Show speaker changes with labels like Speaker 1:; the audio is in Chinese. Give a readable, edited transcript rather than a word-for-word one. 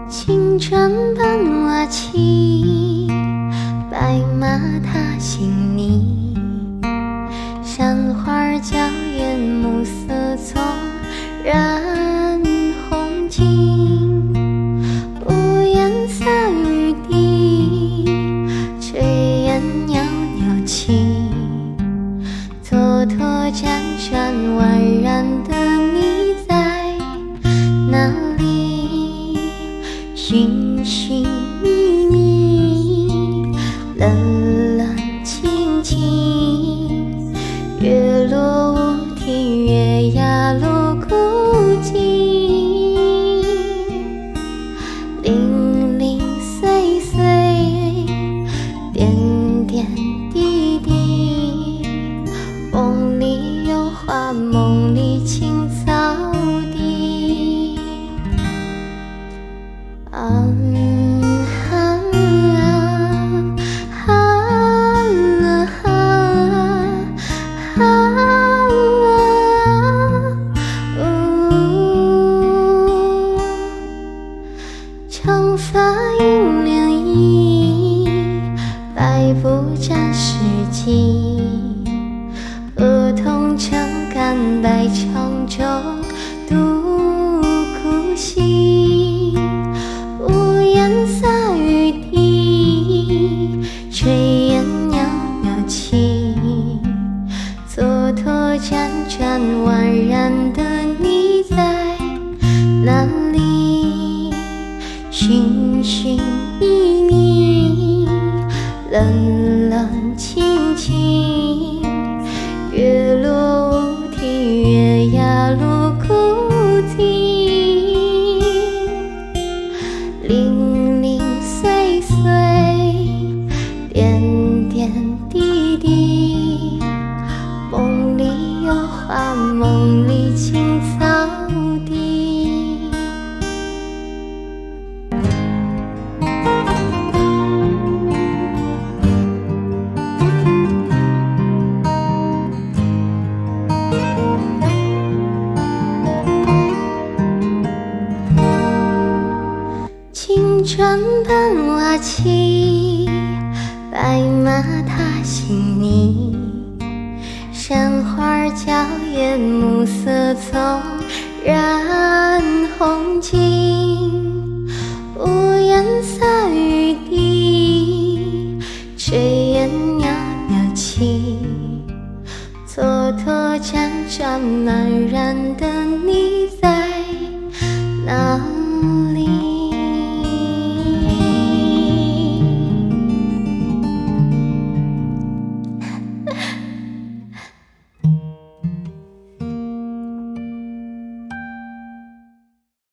Speaker 1: 青砖伴瓦漆，白马踏新泥。山花娇艳，暮色葱，染红巾。屋檐洒雨滴，炊烟袅袅起。蹉跎辗转，宛然的你在哪里？寻寻觅觅，冷冷清清，月落乌啼，月牙落孤寂，零零碎碎，点点滴滴，梦里有花，梦里青草地。长发映涟漪，白布沾湿迹。儿童撑杆，摆长舟，渡苦溪。屋檐洒雨滴，炊烟袅袅起。蹉跎辗转，宛然的你在哪里？寻寻觅觅，冷冷清清，月落乌啼，月牙落孤寂，零零碎碎，点点滴滴，梦里有花，梦里青草地。青砖伴瓦漆，白马踏新泥。山花娇艳，暮色葱，染红巾。屋檐洒雨滴，炊烟袅袅起。蹉跎辗转，茫然的你在哪里？